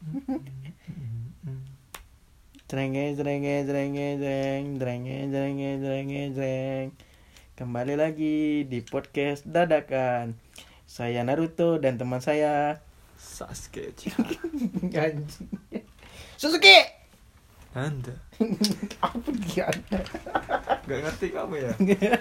Jreng. Kembali lagi di podcast dadakan. Saya Naruto dan teman saya Sasuke. Anjing. Suzuki. Anda Apa dia? gak ngerti kamu ya?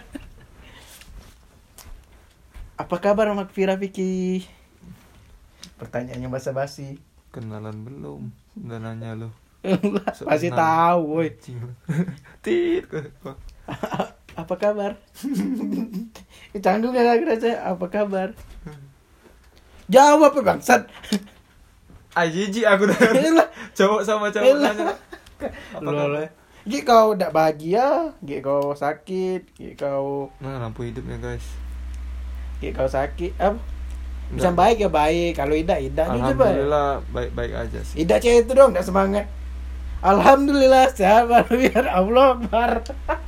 Apa kabar Mak Fira Vicky? Pertanyaannya basa-basi. Kenalan belum? Udah nanya lu. Pasti tahu, woi. Tit. Apa kabar? Canggung ya kira apa kabar? Jawab bangsat. Jijik aku dah. Cowok sama cowok nanya. Apa kabar? Gik kau tak bahagia, gik kau sakit, gik kau Lampu hidupnya guys. Gik kau sakit, apa? Bisa baik ya baik, kalau tidak nih coba. Alhamdulillah baik-baik aja sih. Tidak cewek itu dong, tak semangat. Alhamdulillah sehat biar Allah Akbar.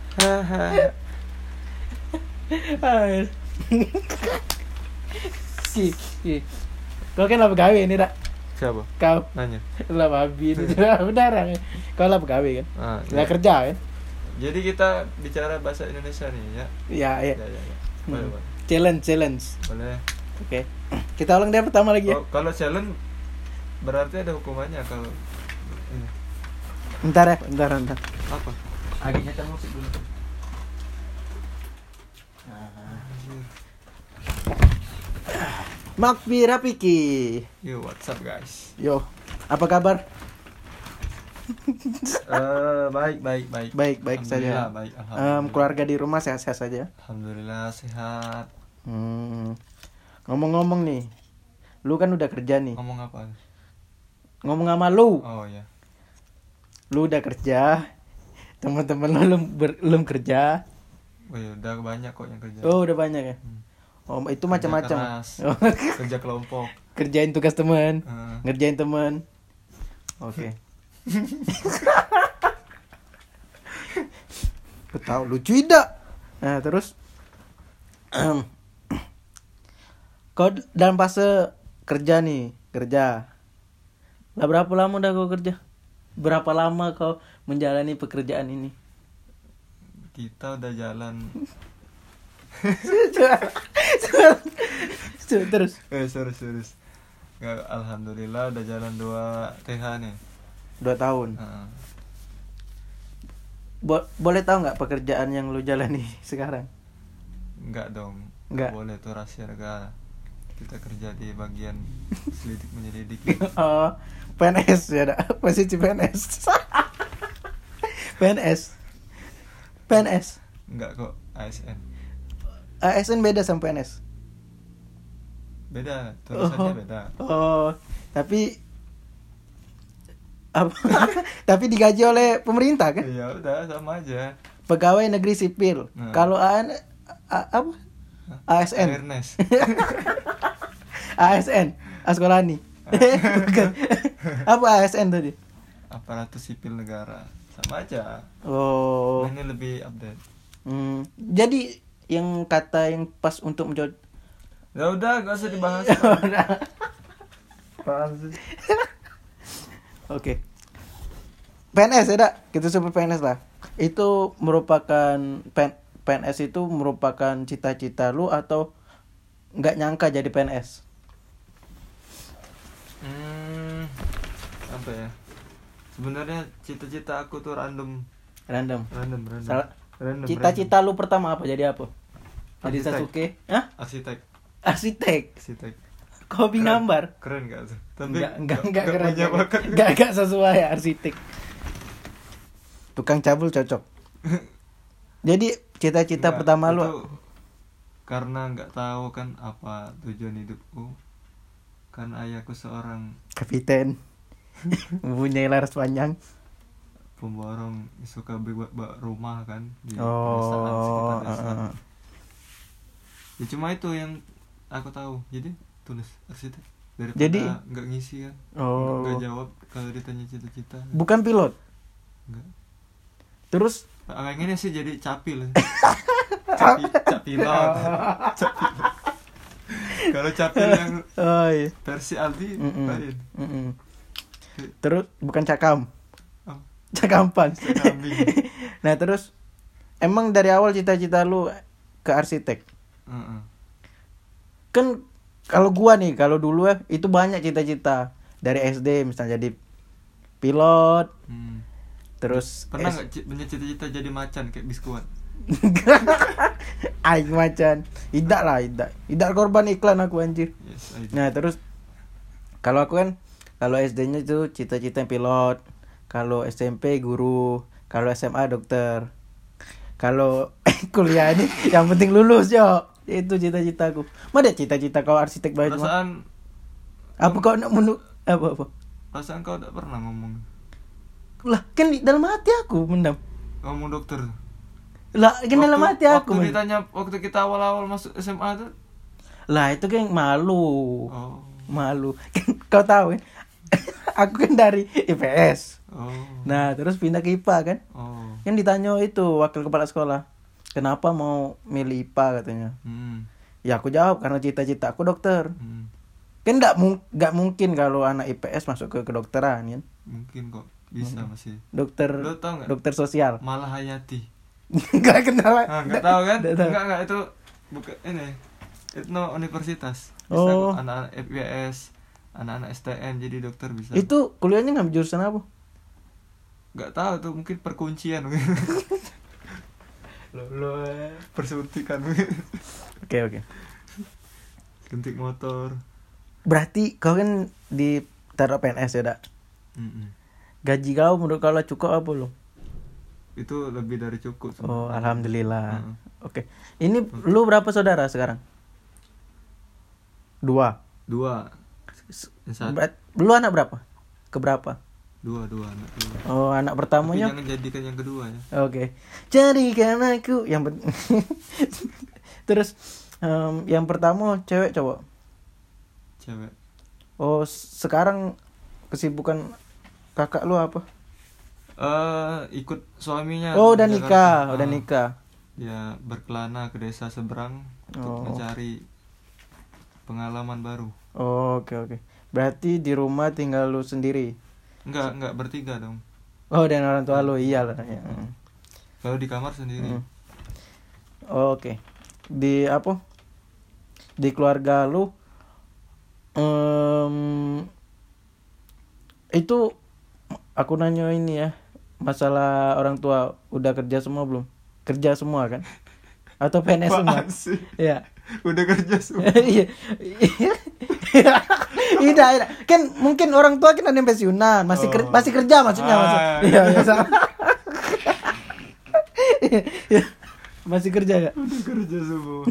Kau kan lah pegawai ini tak? Siapa? Kau Nanya. lah babi itu benar. Kau lah pegawai kan? Lah kerja kan? Jadi kita bicara bahasa Indonesia nih ya. Iya. Ya. Boleh. Challenge. Boleh. Oke. Kita ulang dari pertama lagi ya. Kalau challenge berarti ada hukumannya kalau ini. Bentar. Apa? Lagi nyetel musik dulu. Makfira Piki. Yo, what's up guys? Yo, apa kabar? Baik saja. Baik, alhamdulillah. Keluarga di rumah sehat-sehat saja. Alhamdulillah sehat. Ngomong-ngomong nih, lu kan udah kerja nih. Ngomong apa? Ngomong sama lu. Oh ya. Lu udah kerja. Teman-teman lu belum kerja. Oh ya, udah banyak kok yang kerja. Oh, udah banyak ya. Oh, itu Kerja macam-macam. keras, kerja kelompok. Kerjain tugas teman, ngerjain teman. Oke. Aku tahu lucu tidak. Nah, terus kau dalam fase kerja. Lah berapa lama udah kau kerja? Berapa lama kau menjalani pekerjaan ini? Kita udah jalan. Terus. Serius. Nggak, alhamdulillah udah jalan 2 TH nih. 2 tahun. Boleh tahu nggak pekerjaan yang lu jalani sekarang? Enggak dong. Nggak Boleh, itu rahasia negara. Kita kerja di bagian selidik menyelidik. Oh, PNS ya, posisi PNS. PNS. Enggak kok, ASN. ASN beda sama PNS. Beda, tulisannya beda. Oh, tapi apa? Tapi digaji oleh pemerintah kan? Ya udah sama aja. Pegawai negeri sipil. Kalau apa? ASN. Awareness. ASN, Askolani. Bukan. Apa ASN tadi? Aparatur sipil negara. Sama aja. Oh. Ini lebih update. Jadi yang kata yang pas untuk menjawab. Ya udah, gak usah dibahas. Oke. PNS ya, kita sebut PNS lah. Itu merupakan PNS itu merupakan cita-cita lu atau nggak nyangka jadi PNS? Apa ya? Sebenarnya cita-cita aku tuh random. Random. Random. Cita-cita lu pertama apa? Jadi apa? Jadi Sasuke? Hah? Arsitek. Hobi gambar. Keren gak tuh? Tapi enggak keren. Enggak sesuai arsitek. Tukang cabul cocok. Jadi cita-cita pertama lu karena nggak tahu kan apa tujuan hidupku. Kan ayahku seorang kapiten. Mempunyai laras panjang. Pemborong, suka buat rumah kan di sekitar desa. Ya cuma itu yang aku tahu. Jadi tulis arsitek daripada nggak ngisi kan. Nggak jawab kalau ditanya cita-cita. Bukan pilot. Enggak. Terus pengennya sih jadi capil. Capilot. Kalau capil yang versi Aldi lain. Terus bukan cakam. Oh, Cakampang. kambing. Nah, terus emang dari awal cita-cita lu ke arsitek? Heeh. Kan kalau gua nih, kalau dulu itu banyak cita-cita. Dari SD misalnya jadi pilot. Terus pernah nggak punya cita-cita jadi macan kayak biskuat? Aing macan. Idak korban iklan aku anjir. Yes, Nah, terus kalau aku kan kalau SD-nya itu cita-cita pilot, kalau SMP guru, kalau SMA dokter. Kalau kuliah ini yang penting lulus, yo. Itu cita-citaku. Mana cita-cita kau arsitek banget? Perasaan Apa kau nak apa? Perasaan kau tidak pernah ngomong. Lah, kan di dalam hati aku mendam. Ngomong dokter. Lah, kan dalam hati aku. Waktu ditanya waktu kita awal-awal masuk SMA tuh. Lah, itu kan malu. Oh. Malu. Kan kau tahu kan? Aku kan dari IPS. Oh. Nah, terus pindah ke IPA kan? Oh. Yang ditanya itu wakil kepala sekolah. Kenapa mau milih IPA katanya? Ya aku jawab karena cita-cita aku dokter. Kan nggak mungkin kalau anak IPS masuk ke kedokteran kan? Mungkin kok bisa masih. Dokter. Lo tau nggak? Dokter sosial. Malah Hayati. Nggak kenal. Nggak tahu kan? Nggak itu bukan ini. Itu universitas. Bisa anak-anak IPS, anak-anak STM jadi dokter bisa. Itu kuliahnya ngambil jurusan apa? Nggak tahu tuh, mungkin perkuncian. lo persuntikan. Oke. Suntik motor. Berarti kau kan ditaruh PNS ya, Dak? Gaji kau menurut kau cukup apa lo? Itu lebih dari cukup. Oh, alhamdulillah. Oke. Ini lu berapa saudara sekarang? 2. Lu anak berapa? Keberapa? 2 anak. Oh, anak pertamanya. Tapi jangan jadikan yang kedua ya. Oke. Jadikan aku yang terus yang pertama cewek cowok? Cewek. Oh, sekarang kesibukan kakak lu apa? Ikut suaminya. Oh, udah nikah. Dia berkelana ke desa seberang untuk mencari pengalaman baru. Oh, oke. Berarti di rumah tinggal lu sendiri? Enggak bertiga dong. Oh, dan orang tua lu, iyalah ya. Kalau di kamar sendiri. Oh, oke. Di apa? Di keluarga lu itu aku nanya ini ya, masalah orang tua udah kerja semua belum? Kerja semua kan? Atau PNS semua? Iya. Udah kerja semua. Iya. Iya. Kan mungkin orang tua kan ada yang pensiunan, masih kerja maksudnya. Iya. Iya. Masih kerja enggak? Udah kerja semua.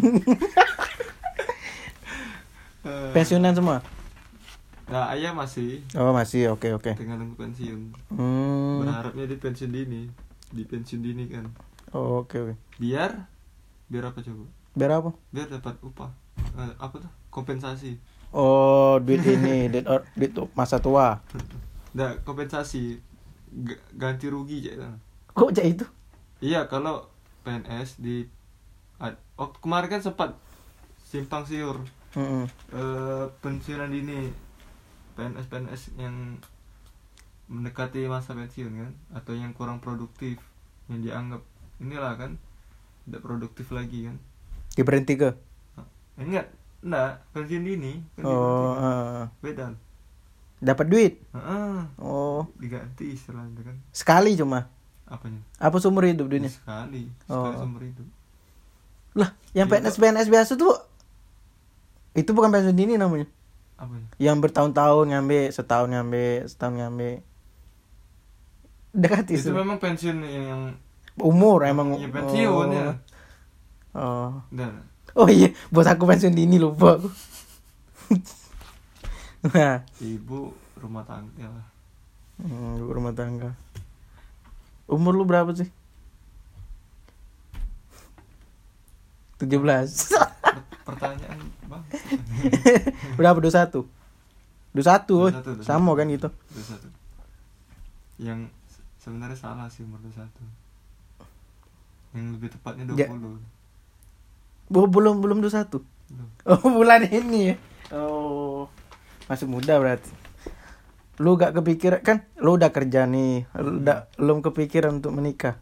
Pensiunan semua? Nah, ayah masih. Oh, masih. Oke. Tinggal nunggu pensiun. Berharapnya di pensiun dini kan. Oh, oke. Biar apa coba? Biar apa? Biar dapat upah. Apa tuh? Kompensasi. Oh, duit masa tua. Nah, kompensasi ganti rugi aja. Kok aja itu? Iya, kalau PNS kemarin kan sempat simpang siur. Pensiunan dini PNS yang mendekati masa pensiun kan, atau yang kurang produktif, yang dianggap inilah kan tidak produktif lagi kan, diberhenti ke? Enggak, pensiun dini kan. Beda. Dapat duit? Oh, diganti istilahnya kan. Sekali cuma? Apanya? Apa seumur hidup duitnya? Sekali seumur hidup. Lah, yang PNS biasa tuh itu bukan pensiun dini namanya. Apanya? Yang bertahun-tahun ngambil, setahun ngambil. Dekati itu memang pensiun yang umur emang. Ya, pensiun ya. Oh iya, bos aku pensiun dini lupa aku. Nah, ibu rumah tangga lah. Ibu rumah tangga. Umur lu berapa sih? 17. Pertanyaan bang. Berapa? 21. 21. Sama kan gitu. 21. Yang sebenarnya salah sih umur 21. Yang lebih tepatnya 20. Belum 21. Oh, bulan ini ya. Oh. Masih muda berarti. lu gak kepikiran kan, lu udah kerja nih, lu belum kepikiran untuk menikah?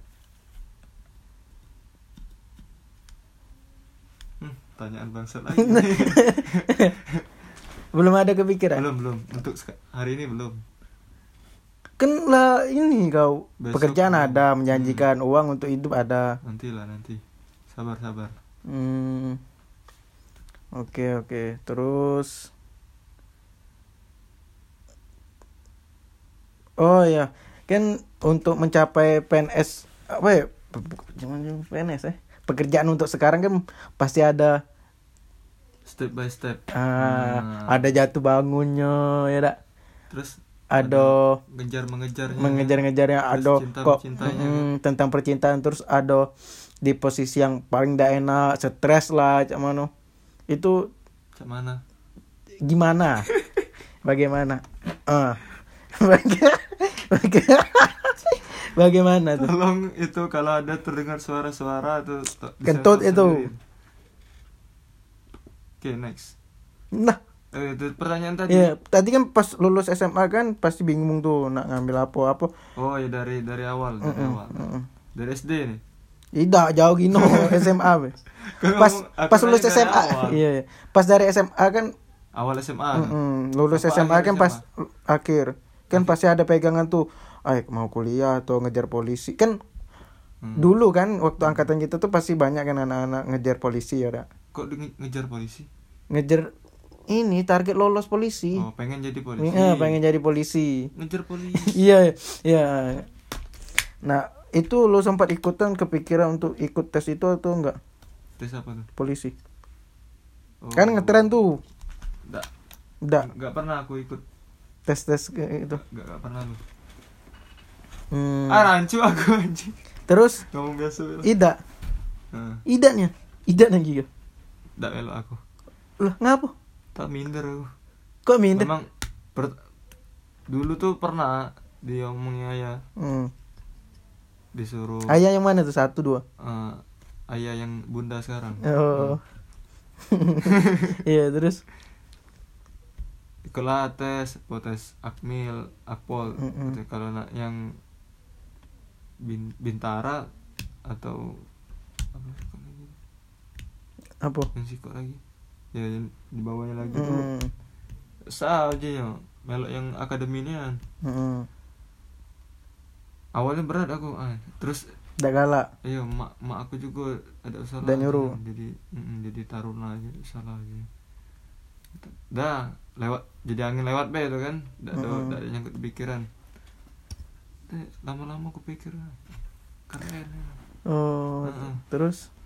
Tanyaan bangsat lagi. Belum ada kepikiran? belum untuk hari ini belum. Kan lah ini kau Besok pekerjaan belum. ada, menjanjikan uang untuk hidup ada. Nanti sabar. Oke. Terus oh ya, kan untuk mencapai PNS apa ya? Jangan PNS pekerjaan untuk sekarang kan pasti ada step by step. ada jatuh bangunnya ya dak. Terus ada terus mengejar-ngejarnya, ada kok tentang percintaan, terus ada di posisi yang paling tidak enak, stres lah, cak mana itu, cak mana gimana bagaimana bagaimana tuh? Tolong itu kalau ada terdengar suara-suara tuh kentut itu. Oke, next. Nah, itu pertanyaan tadi. ya tadi kan pas lulus SMA kan pasti bingung tuh nak ngambil apa. Oh ya, dari awal. Dari SD nih. Tidak jauh gino SMA be. Pas lulus SMA. Iya. Pas dari SMA kan awal SMA. Lulus SMA kan pas akhir. Kan pasti ada pegangan tuh. Mau kuliah atau ngejar polisi. Kan dulu kan waktu angkatan kita tuh pasti banyak kan anak-anak ngejar polisi ya, Dak. Kok ngejar polisi? Ngejar ini target lolos polisi. Oh, pengen jadi polisi. Iya, pengen jadi polisi. Ngejar polisi. Iya. Nah, itu lo sempat ikutan kepikiran untuk ikut tes itu atau enggak? Tes apa tuh? Polisi. Oh. Kan ngetren tuh. Enggak pernah aku ikut tes kayak gitu. Enggak pernah lu. Rancu aku anjing. Terus ngomong biasa. Ida. Idanya juga. Enggak elok aku. Lah, ngapa? Tak minder aku. Kok minder? Memang dulu tuh pernah diomongin ayah. Disuruh ayah yang mana tuh? 1, 2? Ayah yang bunda sekarang. Oh. Iya, terus ikutlah tes Akmil, Akpol. Kalau yang Bintara atau apa? Yang sikok lagi. Ya di bawahnya lagi tuh. Aja ya, melok yang akademinya. Awalnya berat aku, terus udah galak. Iya, mak aku juga ada usaha. Dan nyuruh. Jadi taruna aja, salah aja. Dah lewat, jadi angin lewat be itu kan, ada nyangkut di pikiran. Lama-lama aku pikir keren. Terus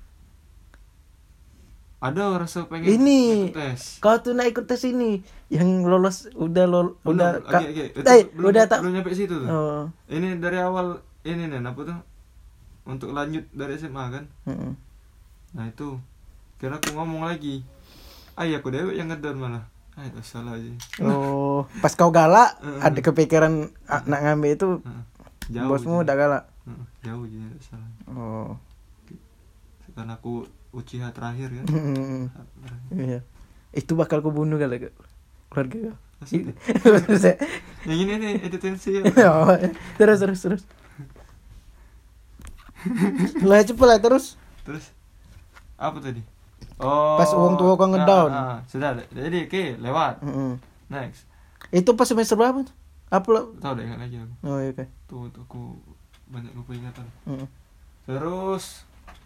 ada rasa pengen ini ikut tes. Kau tuh nak ikut tes ini yang lolos udah belum nyampe situ tuh. Ini dari awal ini nih apa tuh, untuk lanjut dari SMA kan. Nah itu kira aku ngomong lagi, aku dewek yang ngedon malah. Salah aja. Pas kau galak ada kepikiran nak ngambil itu. Jauh bosmu udah galak. Jauh aja, salah. Karena aku Uchiha terakhir kan. Iya. Itu bakal ku bunuh kali keluarga kau. Yang ini nih editensi ya. Terus. Lah cepet lah terus. Apa tadi? Pas uang tua kau ngedown. Sudah. Jadi lewat. Next. Itu pas semester berapa tuh? Apa lo? Tahu deh, ingat lagi aku. Oh iya, oke. Tuh aku banyak lupa ingatan. Terus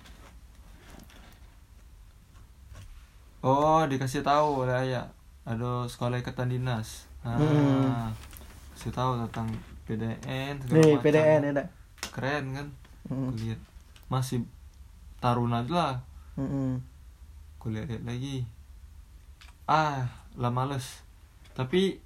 dikasih tahu oleh ayah ada sekolah ikatan dinas. Kasih tahu tentang PDN segala macam. PDN ya, dak. Keren kan? Kulihat masih taruna aja lah. Kulihat lagi. Lah males. Tapi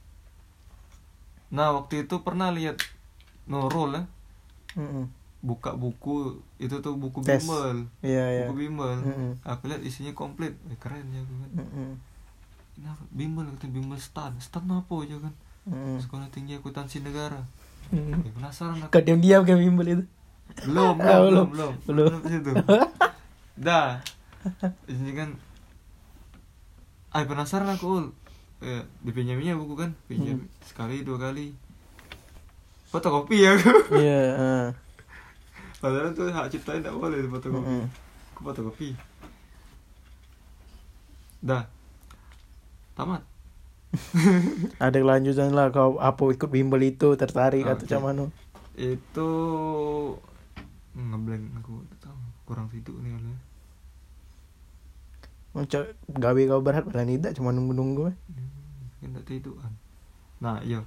waktu itu pernah lihat Nurul ya. Buka buku itu tuh, buku tes. bimbel. Iya. Buku bimbel. Aku lihat isinya komplit. Keren ya kan. Kenapa bimbel? Kata bimbel stan apa aja kan. Sekolah Tinggi Akuntansi Negara. Penasaran aku. Kau diam-diam kan bimbel itu? Belum ke situ. Dah. Ini kan penasaran aku, dipinjaminya buku kan, pinjam sekali 2 kali. Fotokopi ya aku. Iya. Padahal tuh hak cipta tidak boleh fotokopi. Aku fotokopi. Dah. Tamat. Ada kelanjutan lah kau apa ikut bimbel itu tertarik atau Okay. cuman Itu ngeblank aku tahu kurang tidur nih kali. Macam gawe kau berat padahal tidak cuma nunggu-nunggu. Kan tak tidur kan. Nah, iya.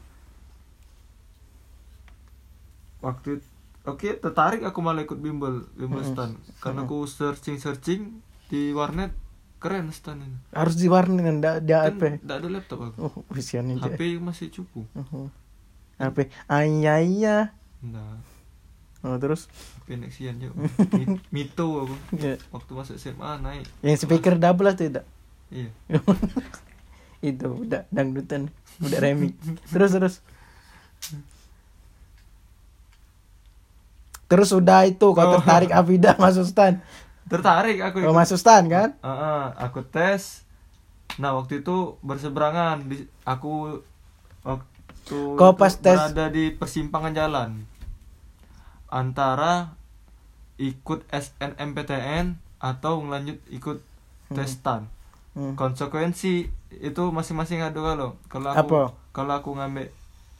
Waktu tertarik aku malah ikut bimbel stan karena aku searching di warnet keren stan ini. Harus di warnet kan enggak ada Kan HP. enggak ada laptop aku. Oh, kasihan aja. HP masih cukup. HP. Iya. Enggak. Oh, terus HP Nexian juga. Mito aku. ya. Waktu masuk SMA naik. Yang speaker double atau tidak? Iya. Itu udah dangdutan, udah remix. Terus udah itu kau tertarik Afida masuk stan. Tertarik aku Kau ikut. masuk stan kan? Aku tes. Nah, waktu itu berseberangan aku waktu Kau pas itu tes berada di persimpangan jalan antara ikut SNMPTN atau ngelanjut ikut tes stan. Konsekuensi itu masing-masing ada kalau aku ngambil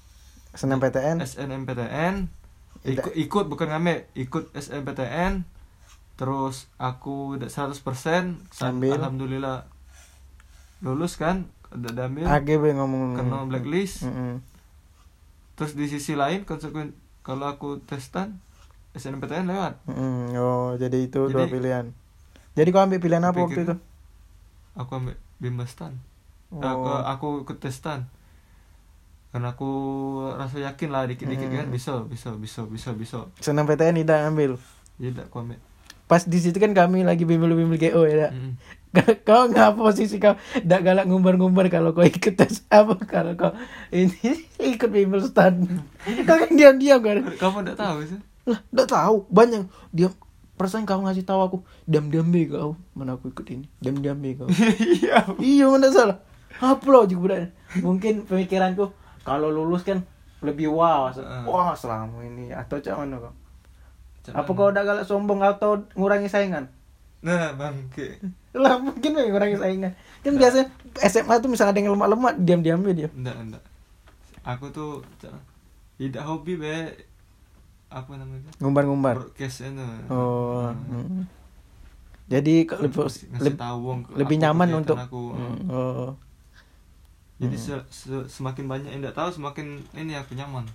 SNMPTN ikut bukan ngambil ikut SNMPTN terus aku udah 100% alhamdulillah lulus kan udah diambil AGB ngomong kena blacklist. Terus di sisi lain kalau aku tes stan SNMPTN lewat. Oh, jadi itu dua pilihan. Jadi kau ambil pilihan apa waktu itu? Aku ambil bimbel stan. Oh. Aku ikut tes stan. Karena aku rasa yakin lah dikit-dikit kan bisa. SNMPTN tidak ambil. Tidak aku ambil. Pas di situ kan kami lagi bimbel GO ya. Kau ngapa posisi kau tidak galak ngumbar-ngumbar kalau kau ikut tes apa kalau kau ini ikut bimbel stan. Kau kan diam-diam kan. Kamu tidak tahu sih? Lah, tidak tahu. Banyak diam. Perasaan kau ngasih tahu aku diam-diam be kau. Mana aku ikut ini. Diam-diam be kau. Iya, mana salah. Apa lo juga budak. Mungkin pemikiranku kalau lulus kan lebih wow. Wah, selama ini atau cak mana kau? Apa kau udah galak sombong atau ngurangi saingan? Nah, bangke. Lah mungkin ngurangi saingan. Kan biasanya SMA tuh misalnya ada yang lemak-lemak diam-diam be dia. Enggak. Aku tuh tidak hobi be apa namanya? Ngumbar-ngumbar. Broadcast itu. Oh. Jadi lebih nyaman untuk aku. Oh. Jadi semakin banyak yang tidak tahu semakin ini aku nyaman.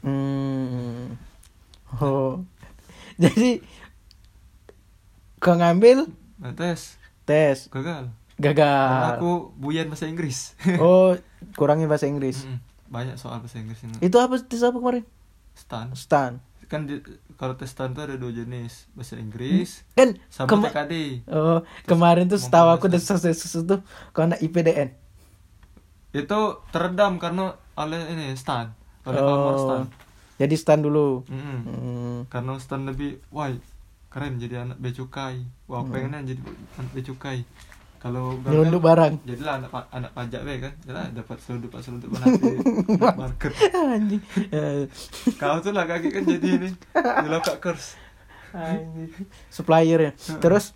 Oh. Jadi kau ngambil tes gagal. Karena aku buyan bahasa Inggris. Oh, kurangin bahasa Inggris. Banyak soal bahasa Inggris ini. Itu apa tes apa kemarin? Stan. Kan kalau tes stan tuh ada 2 jenis, bahasa Inggris kan sama TKD. Oh, kemarin tuh setahu aku desas tuh karena IPDN. Itu teredam karena oleh ini stan, oleh kelompok stan. Jadi stan dulu. Karena stan lebih, wah keren jadi anak becukai. Wah pengen jadi anak becukai. Kalau nyelundup barang. Jadilah anak pajak be kan. Jadilah dapat selundup nanti market. Anjing. Kau tuh lah kaki kan jadi ini. Di lokak kurs. Anjing. Supplier ya. Terus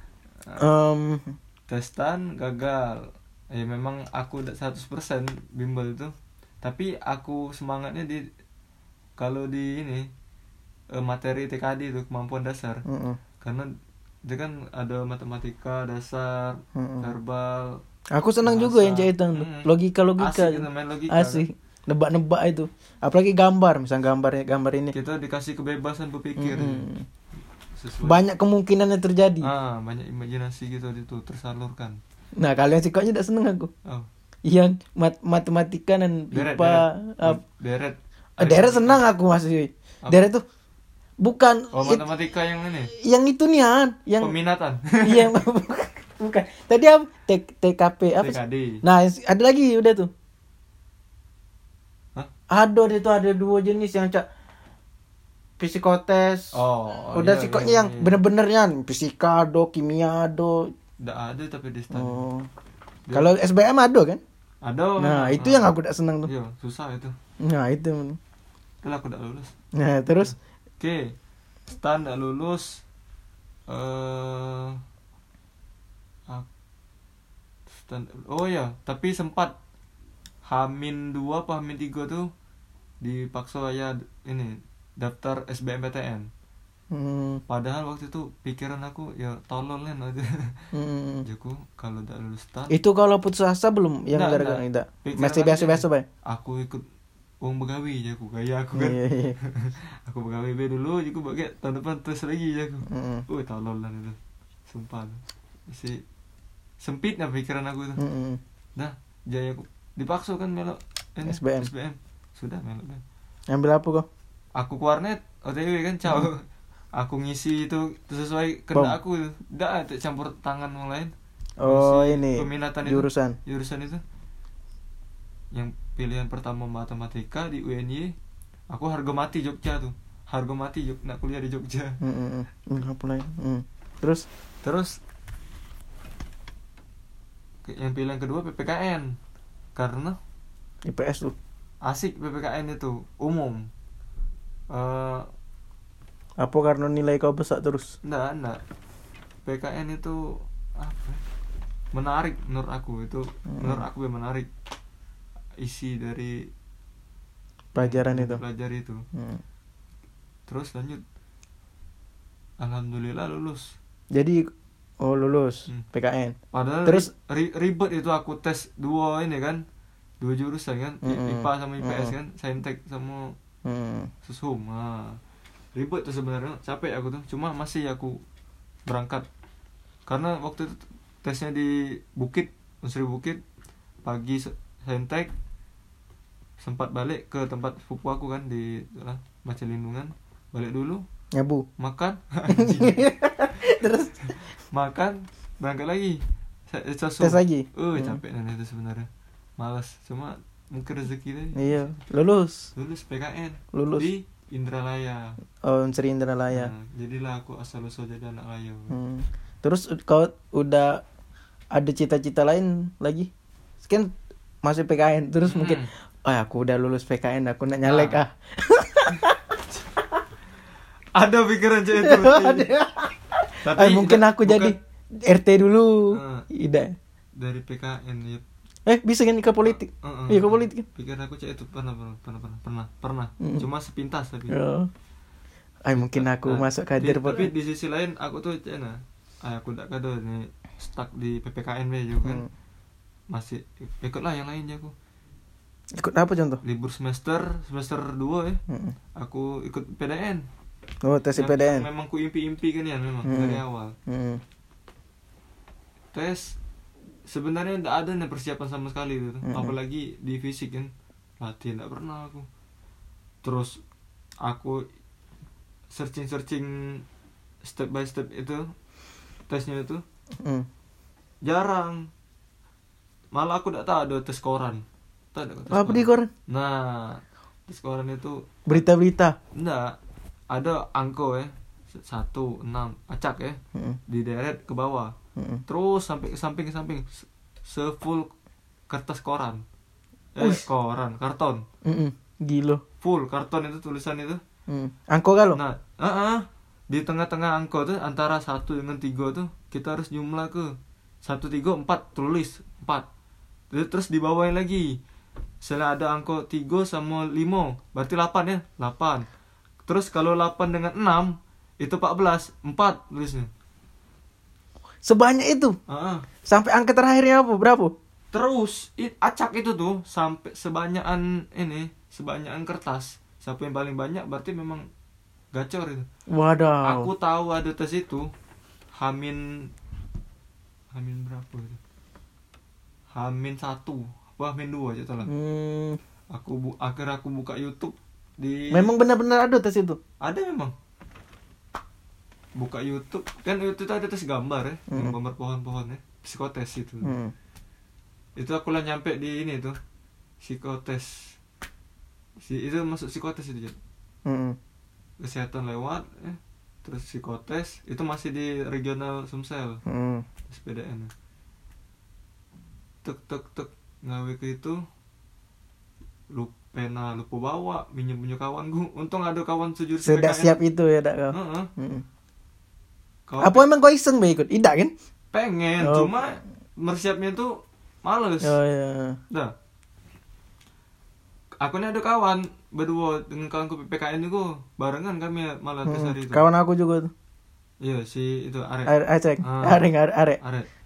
testan gagal. Ya memang aku udah 100% bimbel itu. Tapi aku semangatnya kalau di ini materi TKD itu kemampuan dasar. Karena dia kan ada matematika dasar, verbal. Aku senang juga yang cetan logika. Asik, main logika. Asik. Nebak-nebak itu. Apalagi gambar, misalnya gambar ini. Kita dikasih kebebasan berpikir. Banyak kemungkinan yang terjadi. Banyak imajinasi gitu itu tersalurkan. Nah, kalian psikologi tidak seneng aku. Oh. Yang matematika dan IPA. Deret senang aku masih. Deret tuh bukan matematika yang ini. Yang itu nih yang peminatan. Iya, bukan. Tadi apa? TKP apa? TKD. Nah, ada lagi udah tuh. Hah? Ada 2 jenis yang psikotes. Udah iya, psikoknya yang bener-benernya fisika kimia Nggak ada tapi di stan. Kalau SBM ada kan? Ada. Nah, itu yang aku tidak senang tuh. Iya, susah itu. Nah, itu. Kalau aku tidak lulus. Nah, terus Oke. Stan tidak lulus. Oh ya, tapi sempat Hamin 2 apa Hamin 3 tuh dipaksa ya ini daftar SBMPTN. Padahal waktu itu pikiran aku ya tolol kan aja. Jaku kalau udah lulus STAN. Itu kalau putus asa belum yang gara-gara itu. Masih biasa-biasa, Bay. Aku ikut uang begawi jaku kayak aku kan. Iya. Aku begawi be dulu jaku pakai tahun depan terus lagi jaku. Tolol lah itu. Sumpah. Masih sempitnya pikiran aku itu. Nah, jadi aku dipaksa kan melok SBM. Sudah melok kan. Ambil apa kok? Aku ke warnet OTW kan caw. Aku ngisi itu sesuai kehendak aku. Enggak ada campur tangan yang lain. Oh, ini peminatan jurusan itu. Yang pilihan pertama matematika di UNY. Aku harga mati Jogja tuh. Harga mati nak kuliah di Jogja. Terus yang pilihan kedua PPKN. Karena IPS tuh. Asik PPKN itu umum. Apa karena nilai kau besar terus? Enggak. PKN itu apa? Menarik menurut aku itu. Menurut aku menarik isi dari pelajaran itu. Terus lanjut. Alhamdulillah lulus. Jadi lulus PKN. Padahal terus ribet itu aku tes dua jurusan kan, IPA sama IPS kan, Saintek sama Sushum. Ribet tuh sebenarnya, capek aku tuh. Cuma masih aku berangkat karena waktu itu tesnya di Unsri Bukit, pagi Saintek, sempat balik ke tempat sepupu aku kan di Macalindungan, balik dulu nyabu makan terus makan berangkat lagi tes lagi. Capek nanti itu sebenarnya, malas. Cuma mungkin rezeki deh. Iya, lulus PKN di Indralaya. Unsri Indralaya. Jadilah aku asal-usul jadi anak layu. Terus kau udah ada cita-cita lain lagi? Kan masih PKN terus mungkin aku udah lulus PKN, aku nak nyalek Ada pikiran cewek itu. Tapi mungkin aku jadi RT dulu. Ida. Dari PKN ya. Bisa kan ke politik? Iya, ke politik. Pikiran aku cewek itu pernah. Cuma sepintas tapi. Mungkin aku masuk kader. Tapi di sisi lain aku tuh aku ndak kado nih stuck di PPKN juga kan. Masih ikutlah yang lainnya aku. Ikut apa contoh? Libur semester 2 ya. Aku ikut PDN. Tes PDN. Memang ku impi-impi kan ya memang dari awal. Tes sebenarnya enggak ada nih persiapan sama sekali gitu. Apalagi di fisik kan. Latihan enggak pernah aku. Terus aku searching step by step itu tesnya itu. Jarang. Malah aku enggak tahu ada tes koran. Apa di koran? Nah, tes koran itu berita-berita. Enggak. Ada angko 1, 6 acak dideret ke bawah. Terus sampai ke samping sefull kertas koran. Karton. Gila. Full karton itu tulisan itu. Angko kalau? Nah, di tengah-tengah angko tuh antara 1 dengan 3 tuh kita harus jumlah ke 1, 3, 4 tulis 4. Terus dibawain lagi. Setelah ada angko 3 sama 5, berarti 8 ya? 8. Terus kalau 8 dengan 6 itu 14, 4 tulisnya. Sebanyak itu? Sampai angka terakhirnya berapa? Terus acak itu tuh sampai sebanyakan kertas. Siapa yang paling banyak berarti memang gacor itu. Waduh. Aku tahu ada tes itu Hamin berapa itu? Hamin 1, Hamin 2 aja lah. Akhirnya aku buka YouTube. Memang benar-benar ada tes itu? Ada memang. Buka YouTube kan, itu ada tes gambar ya, gambar pohon-pohon ya, psikotes itu. Itu aku lah nyampe di ini tuh psikotes. Itu masuk psikotes itu. Kesehatan lewat terus psikotes itu masih di regional Sumsel. SPDN. Tuk ngawe ke itu lupa bawa minjem kawan gue. Untung ada kawan sejurusan sudah PKN. siap itu ya dak kau. Kau Apa emang kau iseng be ikut? Tidak kan? pengen, cuma mersiapnya tuh males. Oh iya. Dah. Aku ini ada kawan berdua dengan kawanku PPKN itu barengan kami malah tes hari itu. Kawan aku juga tuh. Iya si itu Arek. Acek. Arek.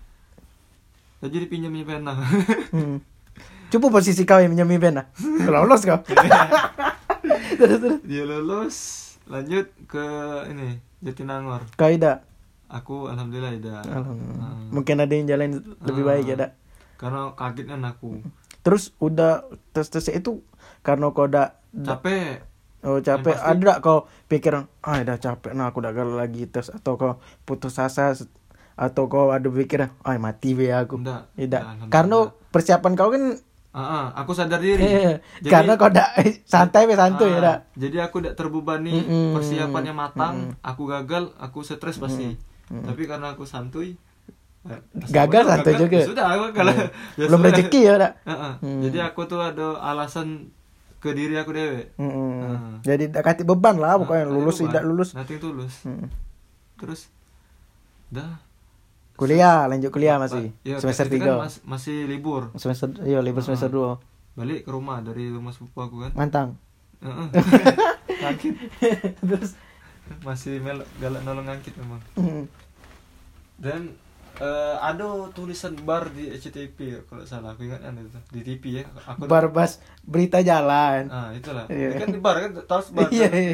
Ya, jadi pinjamnya pena. Coba posisi kau yang minjami pena. Kalau lolos kau. Terus. Dia lulus, lanjut ke ini Jatinangor. Kau tidak. Aku alhamdulillah tidak. Mungkin ada yang jalan lebih baik ya dak. Karena kaget kan aku. Terus udah tes itu karena kau udah Capek. Oh capek. Ada tak kau pikiran udah capek nah aku udah gagal lagi tes, atau kau putus asa, atau kau ada pikiran mati be aku. Tidak. Karena persiapan kau kan aku sadar diri. Jadi, karena kau udah santai ya dak. Jadi aku udah terbebani persiapannya matang. Aku gagal, aku stres pasti. Tapi karena aku santuy, gagal santuy juga. Sudah aku kalau belum rezeki ya dak. Jadi aku tuh ada alasan ke diri aku dewe. Jadi tidak kasih beban lah pokoknya lulus tidak lulus. Nanti tulus. Terus dah lanjut kuliah masih semester 3 kan masih libur libur semester 2 balik ke rumah dari rumah sepupu aku kan mantang ngangkit terus masih galak nolong ngangkit memang dan ada tulisan bar di SCTV kalau salah aku ingat itu di TV ya aku bar bas berita jalan itulah ini kan di bar kan tahu bar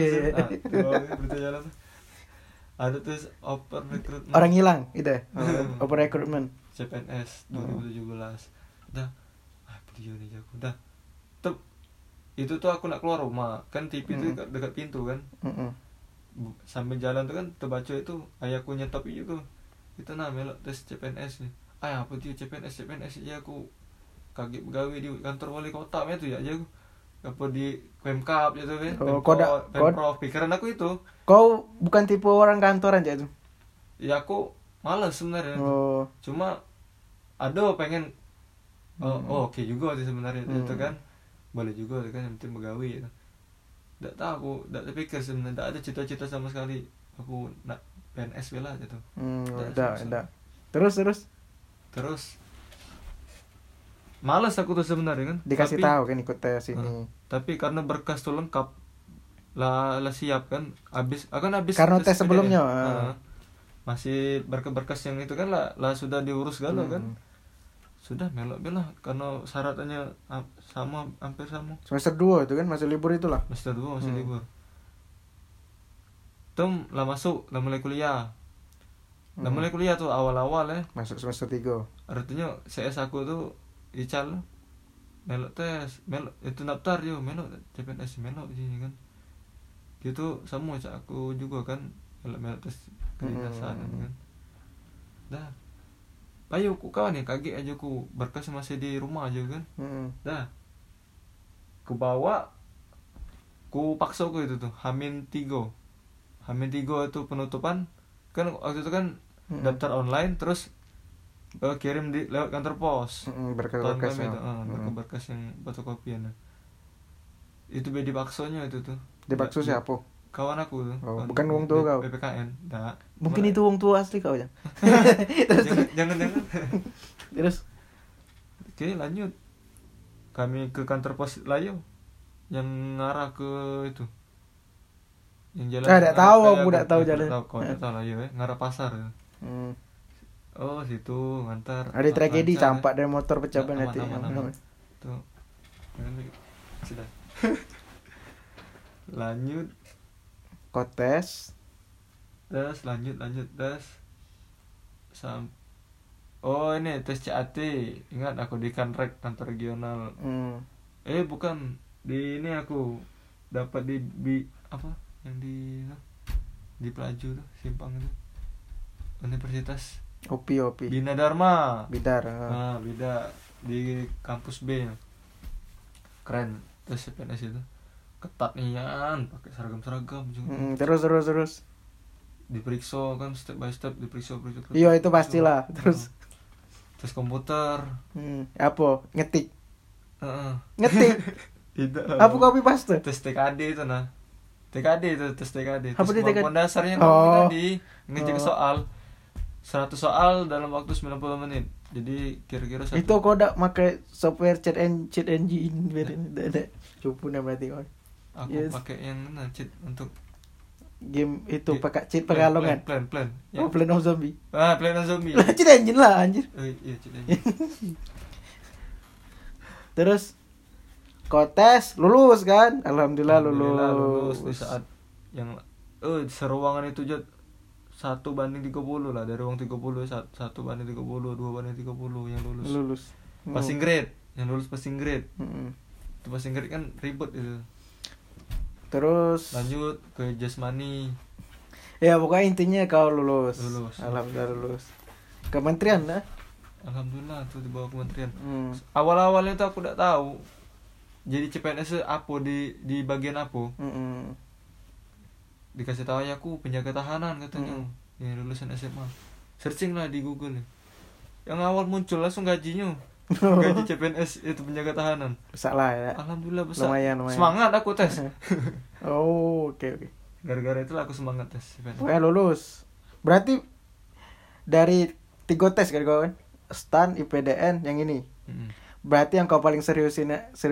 berita jalan tuh ada tuh open recruitment orang hilang itu ya open recruitment CPNS 2017 dah video nih aku dah itu tuh aku nak keluar rumah kan TV itu dekat pintu kan sambil jalan tuh kan terbaca itu ayahku nyetop itu melok tes CPNS nih apa tuh CPNS ya aku kaget begawe di kantor wali kota itu ya aja aku apa di Pemkap gitu kan Pemprov pikiran aku itu. Kau bukan tipe orang kantoran aja tuh? Ya aku malas sebenarnya. Cuma ada pengen oke juga sih sebenarnya itu kan boleh juga kan yang penting begawe gitu. Nggak tahu aku nggak terpikir sebenarnya nggak ada cita-cita sama sekali aku nak PNS bela gitu. Nggak. Terus malas aku tuh sebenarnya kan dikasih tahu kan ikut tes ini tapi karena berkas tuh lengkap lah siap kan habis karena tes sebelumnya masih berkas yang itu kan lah sudah diurus galau kan sudah melok bela karena syaratnya hampir sama semester 2 itu kan masih libur itulah semester 2 masih libur lah masuk lah mulai kuliah tuh awal-awal ya masuk semester 3 artinya CS aku tuh ical melok tes melok itu daftar yo melok CPNS melok sini kan gitu sama cak aku juga kan melok tes kedinasan kan dah ayo ku kawan nih kaget aja ku berkas masih di rumah aja kan dah ku bawa ku paksa ku itu tuh Hamin 3 itu penutupan kan waktu itu kan daftar online terus kirim lewat kantor pos berkas-berkasnya berkas yang fotokopian itu bedi baksonya itu tuh dibakso siapa kawan aku tuh bukan wong tua kau PPKN mungkin itu wong tua asli kau ya jangan terus oke lanjut kami ke kantor pos Layo yang ngarah ke itu yang jalan tidak tahu aku tidak tahu jalan kau tidak tahu Layo ngarah pasar situ ngantar ada tragedi campak dari motor pecah ban hati tuh sudah lanjut kotes lanjut tes ini tes CAT ingat aku di Kanrek kantor regional bukan di ini aku dapat di apa yang di Pelaju tuh simpang itu Universitas Opi Bina Dharma Bidar Bida di kampus B keren tes CPNS itu ketat nian pakai seragam juga terus diperiksa kan step by step diperiksa iya itu pastilah terus tes komputer. Apa? Ngetik. Heeh. Ngetik. Tidak. Apa copy paste? Tes TKD itu nah. TKD itu tes TKD. Apa di TKD? Kemampuan dasarnya tadi ngecek soal 100 soal dalam waktu 90 menit. Jadi kira-kira satu. Itu kau udah pakai software cheat engine ada. Cupu nih berarti kau. Aku pakai yang cheat untuk game itu pakai cheat pekalongan. Plan. Ya. Oh, Plan of Zombie. Plan of Zombie. Lah cheat engine lah anjir. Iya cheat engine. Terus kau tes lulus kan? Alhamdulillah lulus. Di saat yang seruangan itu 1:30 lah, dari ruang 30 1:30, 2:30 yang lulus. Passing grade, yang lulus passing grade. Itu passing grade kan ribet itu. Terus lanjut ke jasmani. Ya pokoknya intinya kau lulus. Alhamdulillah lulus. Kementerian lah. Alhamdulillah tuh di bawah kementerian. Awal-awalnya tuh aku tidak tahu. Jadi CPNS apa di bagian apa? Dikasih tahu ya aku penjaga tahanan katanya. Yang lulusan SMA. Searching lah di Google. Yang awal muncul langsung gajinya. Gaji CPNS itu penjaga tahanan. Besar lah ya. Alhamdulillah besar. Lumayan. Semangat aku tes. Oke. Gara-gara itulah aku semangat tes CPNS. Pokoknya lulus. Berarti dari 3 tes kan kau kan? STAN, IPDN, yang ini. Berarti yang kau paling seriusin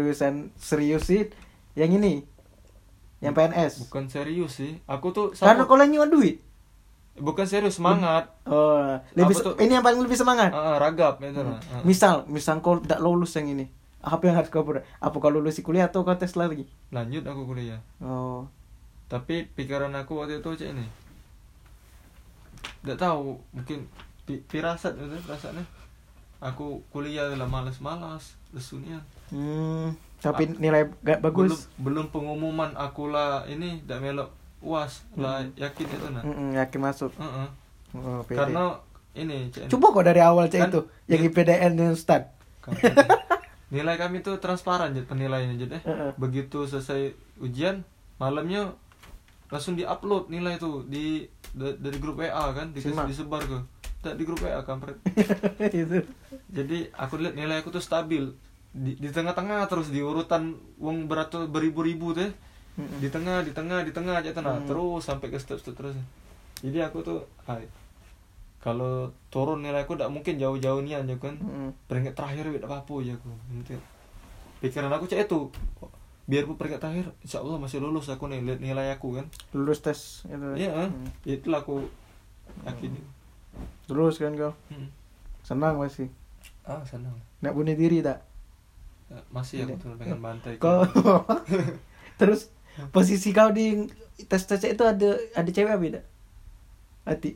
yang ini. Yang PNS. Bukan serius sih. Aku tuh karena kau lagi nyuan duit. Bukan serius, semangat. Ini yang paling lebih semangat. Ragap itu lah. Misal kau tidak lulus yang ini. Apa yang harus kau buat? Apa kau lulus di kuliah atau kau tes lagi? Lanjut aku kuliah. Tapi pikiran aku waktu itu cek ini. Tidak tahu, mungkin firasat itu rasanya. Aku kuliah lah malas lesunian. Tapi nilai gak bagus. Belum pengumuman aku lah ini dak melok UAS lah, yakin itu nah. Yakin masuk. Karena ini coba kok dari awal cek kan, itu yang IPDN dan STAN. Nilai kami tuh transparan jadi penilaiannya jadi. Begitu selesai ujian malamnya langsung diupload nilai itu dari grup WA kan disebar ke. Di grup WA kampret. Jadi aku lihat nilai aku tuh stabil di tengah-tengah terus di urutan wong beribu-ribu tuh. Di tengah aja tenang terus sampai ke step terus. Jadi aku tuh kalau turun nilai aku tidak mungkin jauh-jauh nih aja kan. Peringkat terakhir tidak apa-apa aja aku. Pikiran aku cek itu biarpun peringkat terakhir insyaallah masih lulus aku nih lihat nilai aku kan. Lulus tes itu. Iya, itulah aku yakin. Terus kan kau senang masih? Senang. Nak bunuh diri tak? Masih aku tuh pengen bantai. Kau terus posisi kau di tes itu ada cewek apa tidak? Hati.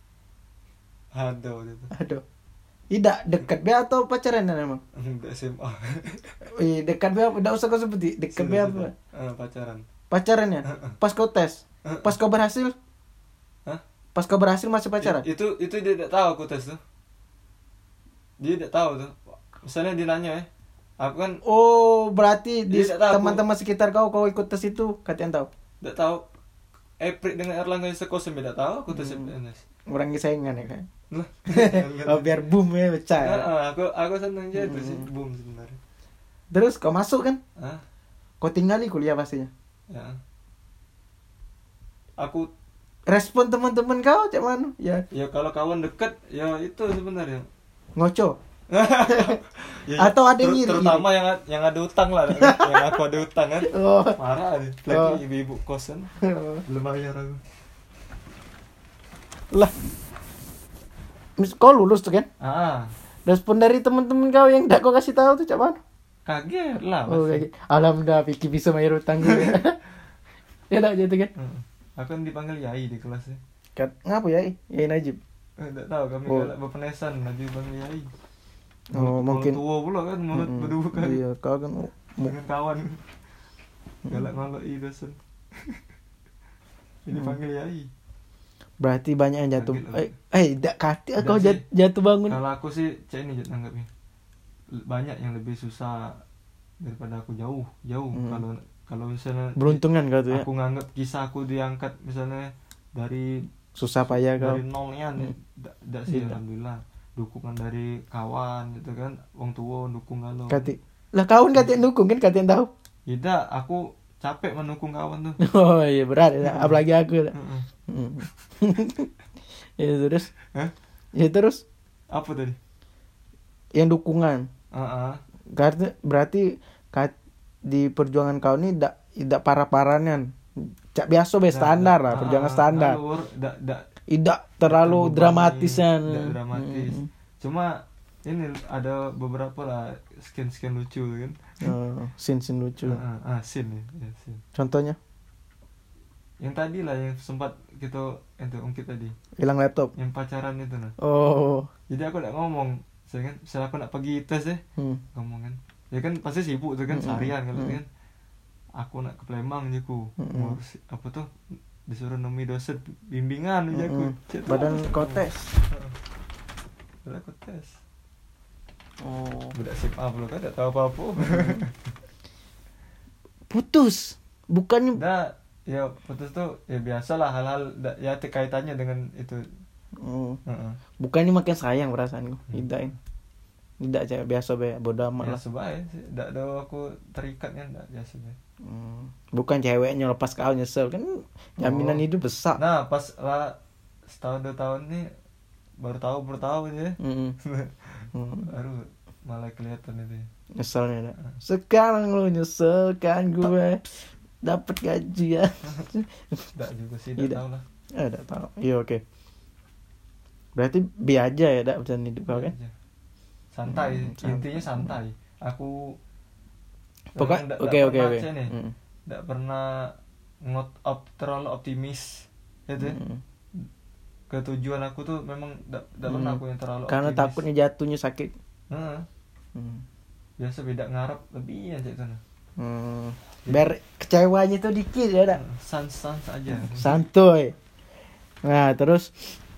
Ada. Tidak dekat be atau pacaran emang? Enggak SMA. Dekat be apa? Tidak usah kau sebutin. Dekat be apa? Pacarannya? Pas kau tes? Pas kau berhasil? Pas kau berhasil masih pacaran? Itu dia tidak tahu aku tes tuh. Dia tidak tahu tuh. Misalnya dia nanya aku kan. Berarti di teman-teman sekitar kau ikut tes itu kalian tahu? Tidak tahu. Eprik dengan Erlangga Sekosen tidak tahu aku tes CPNS. Orang saingan ya kan? Biar boom ya pecah. Aku senang aja itu sih boom sebenarnya. Terus kau masuk kan? Kau tinggali kuliah pastinya. Ya. Aku respon teman-teman kau cak mana? Ya kalau kawan dekat ya itu sebenarnya. Ngoco. Atau ada yang iri. Terutama yang ada utang lah. Yang aku ada utang kan. Marah deh. Lagi ibu kosan. Belum bayar aku. Lah. Kau lulus tuh kan? Respon dari teman-teman kau yang enggak kau kasih tahu tuh cak mana? Kaget lah. Kaget. Alhamdulillah Piki bisa bayar utang gue. Ya enggak gitu kan? Aku kan dipanggil Yai di kelasnya. Ngapa Yai? Yai Najib. Enggak tahu kami galak berpenesan Najib panggil Yai. Mungkin tua pula kan mulut berdua kan. Iya, kau kan dengan kawan. Galak ngaloi dosen. Ini panggil Yai. Berarti banyak yang jatuh. Tidak kati kau jatuh bangun. Kalau aku sih cek ini anggapnya. Banyak yang lebih susah daripada aku jauh. Kalau misalnya beruntungan kau tuh ya. Aku nganggap kisah aku diangkat misalnya dari susah payah kau. Dari nolnya enggak sih alhamdulillah. dukungan dari kawan gitu kan, wong tua dukung kalau Kati lah kawan kati dukung kan, kati tahu. tidak, aku capek mendukung kawan tuh. Oh iya berat ya. Apalagi aku ya. Ya terus Hah? ya terus Apa tadi? yang dukungan karena berarti di perjuangan kau ini tidak parah-parahnya, cak biasa be standar lah, perjuangan standar, tidak terlalu dramatisnya. Dramatis. Cuma ini ada beberapa lah skin lucu kan. Scene lucu. Scene ya, scene. Contohnya Yang tadi lah yang sempat kita itu ungkit tadi. hilang laptop. Yang pacaran itu nah. Oh. Jadi aku udah ngomong, saya kan setelah aku nak pergi tes ngomong kan. Ya kan pasti sibuk tuh kan seharian kalau kan. Aku nak ke Palembang jaku. Ngurus apa tuh? Disuruh nemi dosen bimbingan jaku. Badan kau tes. Badan kau tes. Oh. Budak sip up lo kan tak tahu apa-apa. Putus. Bukannya ya putus tuh ya biasalah hal-hal ya kaitannya dengan itu. Bukannya makin sayang perasaanku. Tidak aja biasa be, bodoh amat lah. Biasa bae sih. Ndak ada aku terikat kan, ndak biasa bae. Bukan ceweknya lepas kau nyesel kan, jaminan hidup besar. Nah, pas lah setahun 2 tahun nih baru tahu ya. Baru malah kelihatan itu. Nyeselnya dah. Sekarang lu nyeselkan gue dapat gaji ya. Enggak juga sih, enggak tahu lah. Enggak tahu. Iya oke. Berarti biasa ya dak berjalan hidup kau kan? Santai, intinya santai. Aku pokoknya oke. Enggak pernah terlalu optimis. Gitu. Ke tujuan aku tuh memang enggak pernah aku yang terlalu karena optimis. Takutnya jatuhnya sakit. Biasa beda ngarep lebih aja itu nah. Biar kecewanya tuh dikit ya dak. Sans aja. Santuy. Nah, terus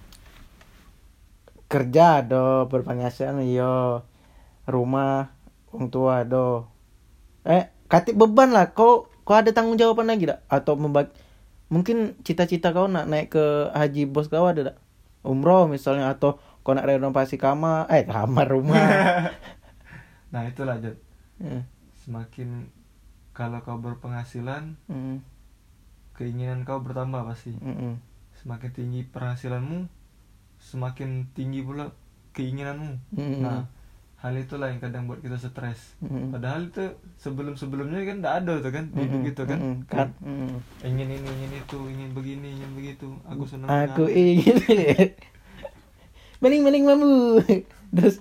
kerja do berpenghasilan yo, rumah orang tua do. Kati beban lah. Kau ada tanggung jawaban lagi dak? Atau mungkin cita-cita kau nak naik ke haji bos kau ada dak? Umroh misalnya, atau kau nak renovasi kamar rumah. Nah itulah Jod. Semakin kalau kau berpenghasilan, keinginan kau bertambah pasti. Semakin tinggi penghasilanmu, semakin tinggi pula keinginanmu. Nah, hal itulah yang kadang buat kita stres. Padahal itu sebelumnya kan tidak ada tuh kan, gitu kan. Ingin ini, ingin itu, ingin begini, ingin begitu. Aku senang. Aku ingin. Meling mamu. Terus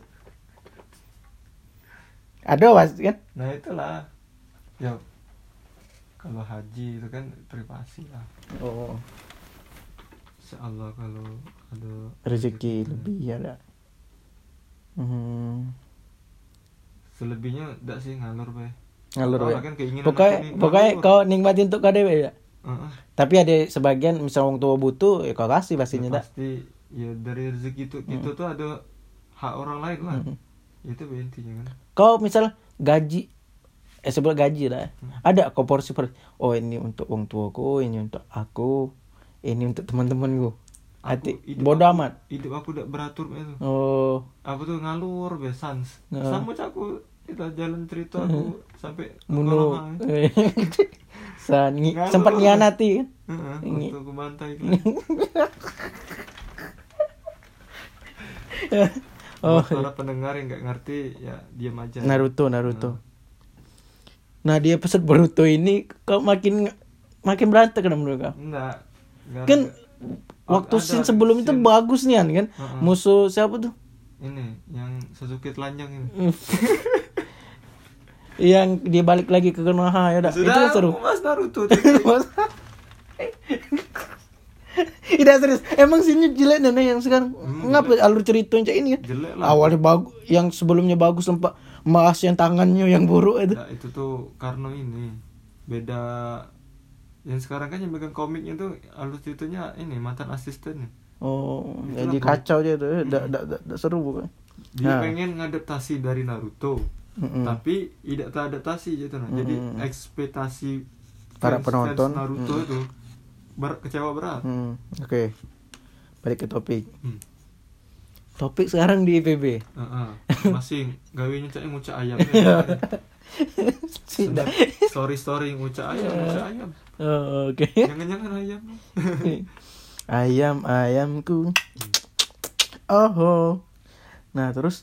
ada pasti kan? Nah itulah. Ya kalau haji itu kan privasi lah. Oh. Insyaallah kalau ada rezeki lebih ya dak. Selebihnya enggak sih ngalur bae. Kan keinginan pokoknya kau nikmatin untuk kau dewe ya. Tapi ada sebagian misal orang tua butuh ya kau kasih pastinya dak. Pasti ya dari rezeki itu tuh ada hak orang lain lah. Itu intinya kan. Kau misal gaji sebelum gaji lah. Ada kau porsi oh ini untuk orang tuaku, ini untuk aku, ini untuk teman-temanku. Bodoh amat. Hidup aku udah beratur itu. Oh. Aku tuh ngalur besans. Sama aku itu jalan cerita aku sampai bunuh. Sempat ngianati kan? Waktu aku bantai kan. Para pendengar yang nggak ngerti ya diam aja. Naruto. Nah di episode Boruto ini kau makin berantem kan menurut kau? Enggak. Kan waktu scene sebelum itu bagus nih kan? Musuh siapa tuh? Ini yang Sasuke telanjang ini. Yang dia balik lagi ke Konoha ya dah. Itu seru. Mas Naruto. Tidak serius. Emang sini jelek nih yang sekarang. Ngapa alur ceritanya ini kan? Jelek lah. Awalnya bagus, yang sebelumnya bagus sempat bahas yang tangannya yang buruk itu. Nah, itu tuh karena ini beda. Yang sekarang kan yang megang komiknya tuh alur ceritanya ini mantan asistennya. Oh, jadi kacau aja tuh. Enggak seru bukan. Dia pengen ngadaptasi dari Naruto. Tapi tidak teradaptasi gitu nah. Jadi ekspektasi para penonton Naruto itu kecewa berat. Oke. Balik ke topik. Topik sekarang di IPB. Masih gawenya cak ngucak ayam. Story ngucak ayam. Oh, oke. Jangan ayam. Ayamku. Oh. Nah, terus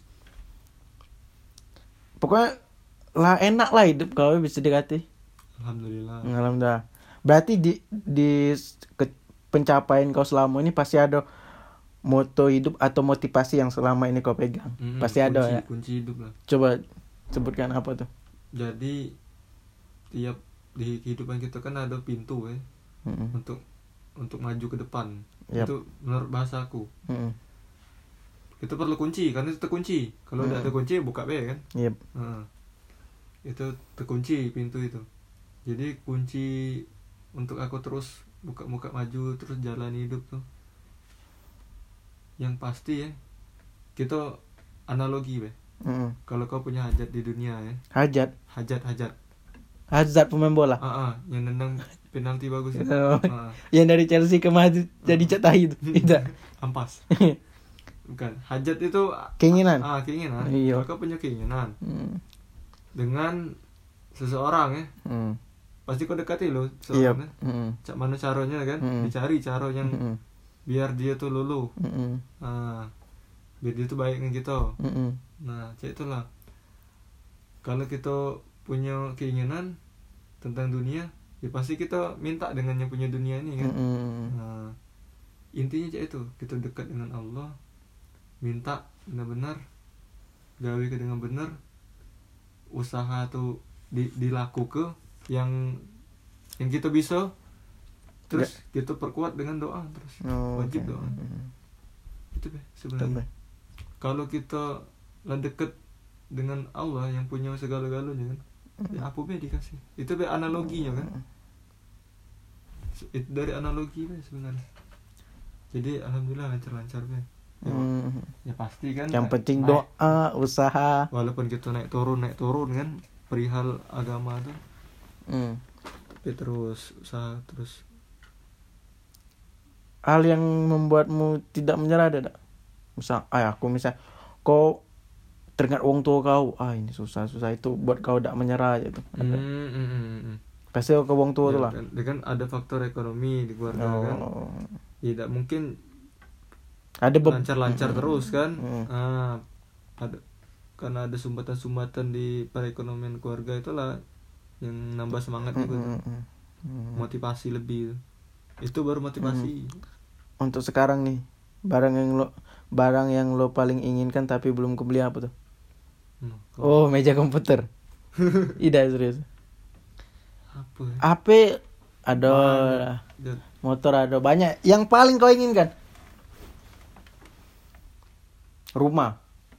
pokoknya lah enak lah hidup kau bisa dikati. Alhamdulillah. Berarti di pencapaian kau selama ini pasti ada moto hidup atau motivasi yang selama ini kau pegang. Pasti ada ya. Kunci hidup lah. Coba sebutkan apa tuh? Jadi tiap di kehidupan kita kan ada pintu ya. Untuk maju ke depan. Itu menurut bahasaku. Itu perlu kunci karena itu terkunci. Kalau tidak terkunci buka be kan. Itu terkunci pintu itu. Jadi kunci untuk aku terus buka maju terus jalan hidup tuh. Yang pasti ya kita analogi be. Kalau kau punya hajat di dunia ya. Hajat pemain bola. Yang nendang penalti bagus ya. Yang dari Chelsea ke Madrid jadi cetak itu. Tidak. Ampas. Bukan. Hajat itu keinginan. Keinginan. Iya. Kau punya keinginan. Dengan seseorang ya. Pasti kau dekati lo seorang kan. Cak mana caranya kan? Dicari cara yang biar dia tuh lulu. Biar dia tuh baik dengan kita. Nah, cak itulah. Kalau kita punya keinginan tentang dunia, ya pasti kita minta dengan yang punya dunia ini kan. Nah, intinya cak itu, kita dekat dengan Allah, minta benar-benar, gawe ke dengan benar, usaha tuh dilaku ke yang kita bisa, terus kita perkuat dengan doa terus. Wajib doa. Itu sebenarnya. Kalau kita lah deket dengan Allah yang punya segala-galanya kan, ya apa be dikasih. Itu be analoginya kan. Itu dari analogi be sebenarnya. Jadi alhamdulillah lancar-lancar be. Ya pasti kan. Yang penting doa, usaha. Walaupun kita naik turun kan perihal agama tuh. Tapi terus usaha terus. Hal yang membuatmu tidak menyerah ada? Aku kau teringat wong tua kau, ini susah itu buat kau tidak menyerah gitu. Pasti ke wong tua tuh lah. Kan ada faktor ekonomi di keluarga kan. Tidak mungkin ada lancar-lancar terus kan. Ada karena ada sumbatan-sumbatan di perekonomian keluarga itulah yang nambah semangat gitu. Motivasi lebih. Itu baru motivasi. Untuk sekarang nih, barang yang lo paling inginkan tapi belum kebeli apa tuh? Meja komputer. Tidak serius. Apa? Ya? HP ada, motor ada, banyak. Yang paling kau inginkan? Rumah.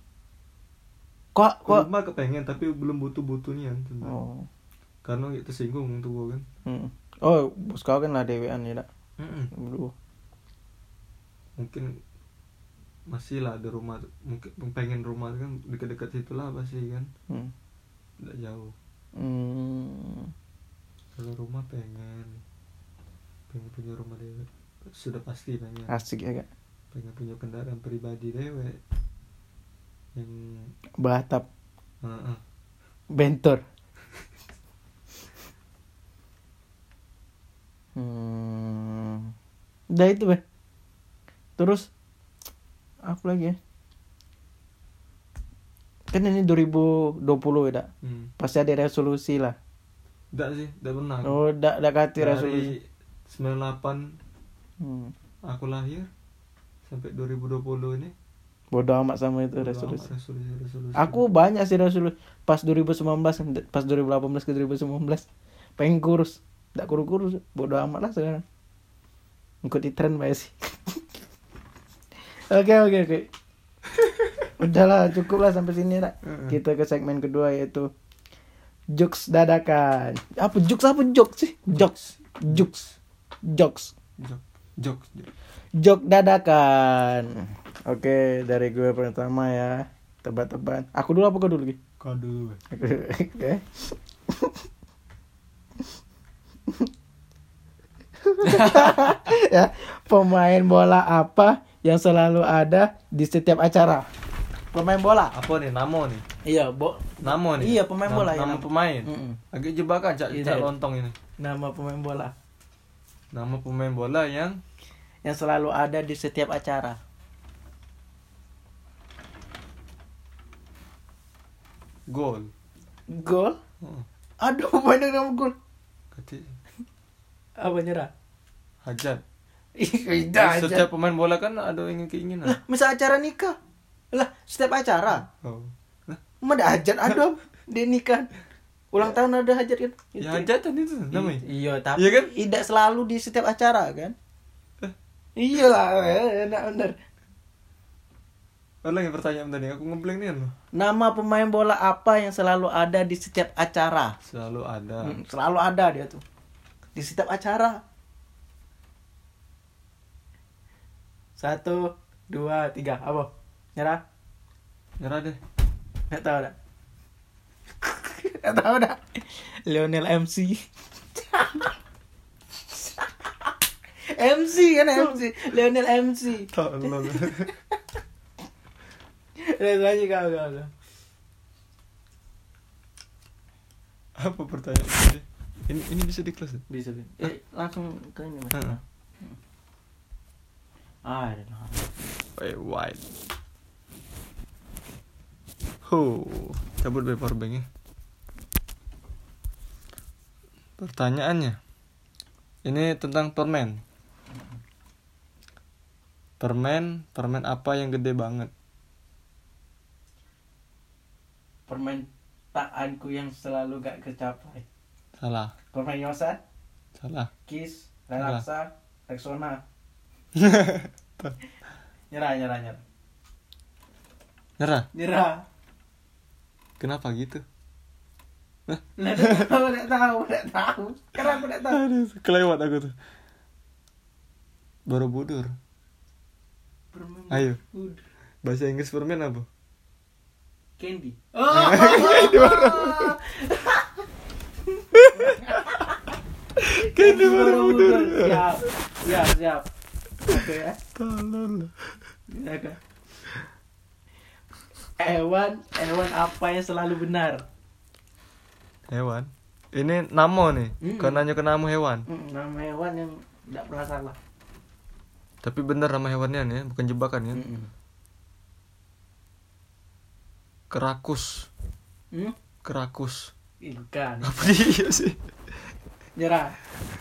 Kok rumah kepengen tapi belum butuh-butuhnya. Karena itu tersinggung tuh gua kan. Bos kau kan lah dewean ya dak. Mungkin masih lah ada rumah, mungkin pengen rumah kan dekat-dekat situ lah pasti kan. Tidak jauh. Kalau rumah pengen punya rumah dewek, sudah pasti pengen. Asik ya kak. Pengen punya kendaraan pribadi dewek yang beratap. Bentor. Udah itu be. Terus apa lagi ya? Kan ini 2020 ya, pasti ada resolusi lah. Enggak sih, enggak pernah. Enggak kati resolusi. 98 aku lahir sampai 2020 ini. Bodoh amat sama itu resolusi. Aku banyak sih resolusi. Pas 2019, pas 2018 ke 2019 pengen kurus. Enggak kurus-kurus, bodoh amat lah sekarang. Ikuti tren Mbak sih. Oke. Udahlah, cukup lah sampai sini lah. Kita ke segmen kedua yaitu jokes dadakan. Apa jokes sih? Jokes dadakan. Oke, dari gue pertama ya. Tebak-tebakan. Aku dulu apa kau dulu? Kau dulu. Oke. Ya, pemain bola apa yang selalu ada di setiap acara? Pemain bola. Apa nih? Namo nih. Iya, Namo nih. Iya, pemain bola ya. Nama pemain. Agak jebakan cak Iya. lontong ini. Nama pemain bola Nama pemain bola yang selalu ada di setiap acara. gol. Gol? Aduh, banyak nama gol. Kati Apa nyerah? hajat. Tidak. Setiap pemain bola kan ada keinginan. Lah, misal acara nikah. Lah, setiap acara. Oh. Nah, Ada hajat ada di nikah. Ulang tahun ada hajat kan? ya hajatan itu namanya. Iya, tapi Iya kan? tidak selalu di setiap acara kan? Iya lah, enak bener. Ada lagi pertanyaan tadi aku ngeblank nih loh. Nama pemain bola apa yang selalu ada di setiap acara? Selalu ada. Selalu ada dia tuh. Di setiap acara. 1, 2, 3. Apa? Nyerah? Nyerah deh. Nggak tahu dah. Nggak tahu dah. Lionel MC. MC kan MC. Lionel MC. Tolong. Lagi kau. Apa pertanyaan tadi? Ini bisa di kelas ya? Bisa. Langsung ke ini Mas. Heeh. White. Cabut power bank ya. Pertanyaannya. Ini tentang permen. Permen apa yang gede banget? Permen taanku yang selalu gak kecapai. Salah. Permen Yosan, Salah. Kiss, Relaxa, Rexona. Nyerah. Nyerah. Kenapa gitu? Nggak tahu. Karena aku nggak tahu. Aduh, kelewat aku tuh. Borobudur. Permen. Ayo. Bahasa Inggris permen apa? Candy. Candy Borobudur. Siap. Oke ya. Tolol. Oke. Hewan apa yang selalu benar? Hewan. Ini namo nih. Karena nanya ke namo hewan. Nama hewan yang tidak pernah salah. Tapi benar nama hewannya nih, bukan jebakan ya. Kerakus. Kerakus. Bukan. Apa dia sih? Nyerah.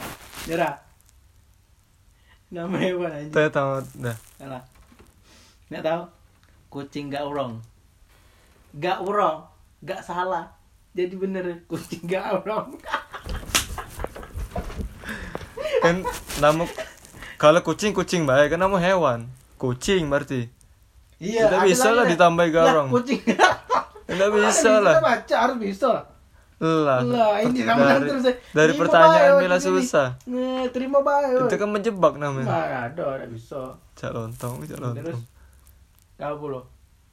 Nama hewan aja. Saya tahu dah. Salah. Nggak tahu. Kucing gak urong. Gak salah. Jadi bener kucing gak urong. Kan nama kalau kucing baik kan nama hewan. Kucing berarti. Iya. Tidak bisa lah ditambah garong. Kucing. Tidak bisa lah. Baca harus bisa. Lah. Ini namanya terus. Dari pertanyaan bila susah. Terima baik. Itu kan menjebak namanya. Nggak ada, tidak bisa. Cak lontong. Terus kau puluh.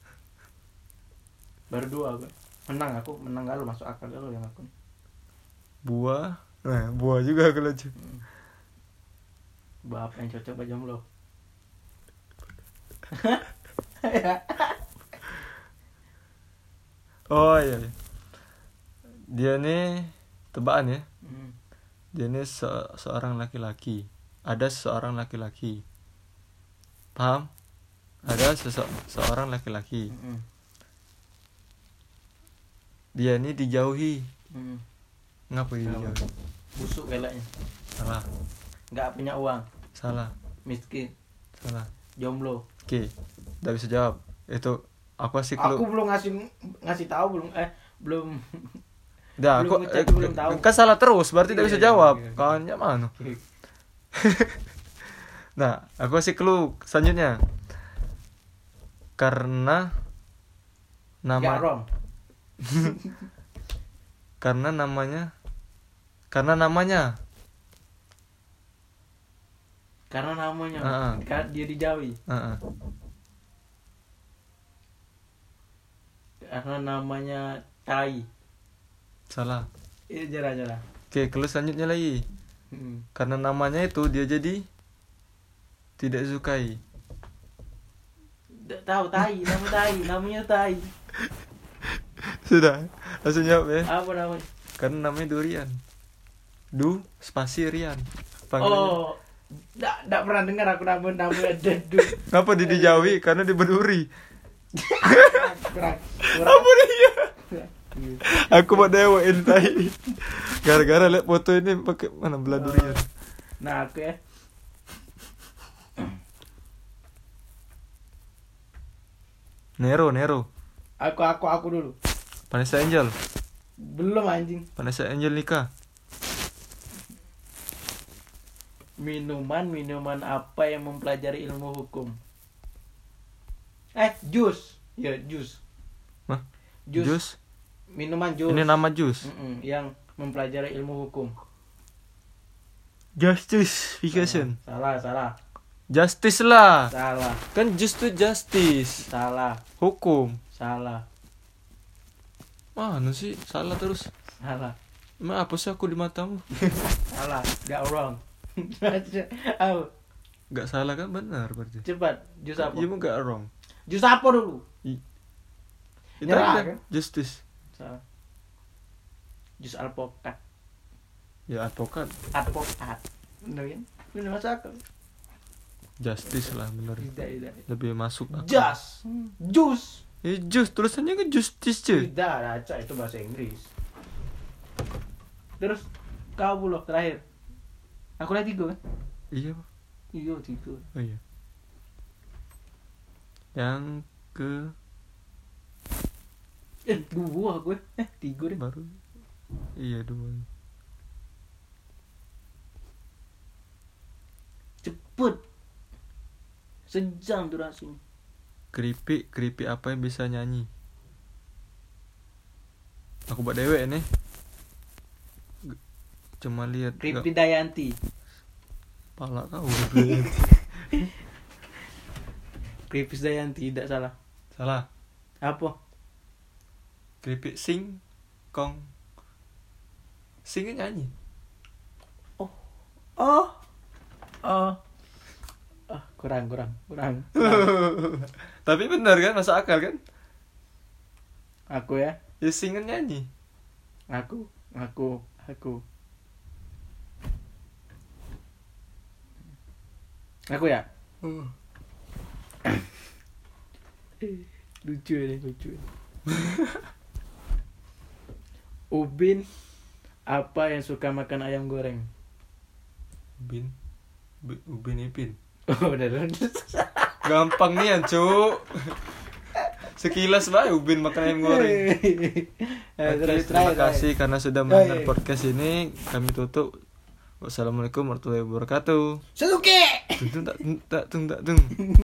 Baru 2 aku. Menang kalau masuk akal kalau yang aku. Buah. Nah, buah juga aku lucu. Buah apa yang cocok buat jomblo? Oh iya. Dia nih tebakan ya. Dia nih seorang laki-laki. Ada seorang laki-laki. Paham? Ada seorang laki-laki. Dia ini dijauhi. Ngapa dia dijauhi? Busuk keleknya. Salah. Nggak punya uang. Salah. Miskin. Salah. Jomblo. Oke. Nggak bisa jawab. Itu aku kasih clue. Aku belum ngasih tahu belum. Dah, belum aku ngecek, belum tahu. kan salah terus, berarti tidak bisa Iya, jawab. iya. Kawannya mana? Nah, aku kasih clue selanjutnya. Karena Nggak nama wrong. karena namanya Karena dia dijauhi. Heeh. Karena namanya Tai. Salah. Jarah. Oke, clue selanjutnya lagi. Karena namanya itu dia jadi tidak sukai. Nggak tahu namanya tai. Sudah, langsung jawab ya. Apa namanya? Karena namanya durian. Du spasi Rian. Oh, nggak pernah dengar aku namanya Dedu. Ngapa di Jawi? Karena di berduri. kurang. Apa dia? Aku mau dewain tai. Gara-gara lihat foto ini pakai mana belah durian. Nah, aku ya. Nero. Aku dulu. Vanessa Angel. Belum anjing. Vanessa Angel nikah. Minuman apa yang mempelajari ilmu hukum? Jus. Ya, jus. Hah? Jus. Minuman jus. Ini nama jus. Yang mempelajari ilmu hukum. Justification. Salah. Justice lah. Salah. Kan just to justice. Salah. Hukum. Salah. Mana sih? Salah terus. Salah. Emang apa sih aku di matamu? Salah. Gak wrong. Gak salah kan, benar berarti. Cepat. Jus apa? Iya, gak wrong. Jus apa dulu? Itu Nyerah, kan justice. Salah. Jus alpukat. Ya advokat. Bener kan? Bener masuk akal. Justice lah benar. Tidak. Lebih masuk akal. Jus. Ya jus tulisannya kan justice cuy. Tidak, Raca itu bahasa Inggris. Terus kau bulog terakhir. Aku lihat 3 kan? Iya. Iya 3. Oh iya. Yang ke 2 gue. 3 deh. baru. Iya 2. Cepet. Sejam durasinya. Keripik apa yang bisa nyanyi? Aku buat dewek nih. Cuma lihat. Kripit Dayanti. Pala kau. Kripis Dayanti tidak salah. Salah. Apa? Keripik sing kong. Singnya nyanyi. Kurang. Tapi benar kan, masuk akal kan? Aku ya. Ya singnya nyanyi. Aku. Aku ya. Lucu. Ubin apa yang suka makan ayam goreng? Ubin Ipin. Oh, udah. Gampang nih Cuk. Sekilas bae Ubin makan ayam goreng. Terima kasih karena sudah mendengar podcast ini. Kami tutup. Wassalamualaikum warahmatullahi wabarakatuh. Suzuki. Tung.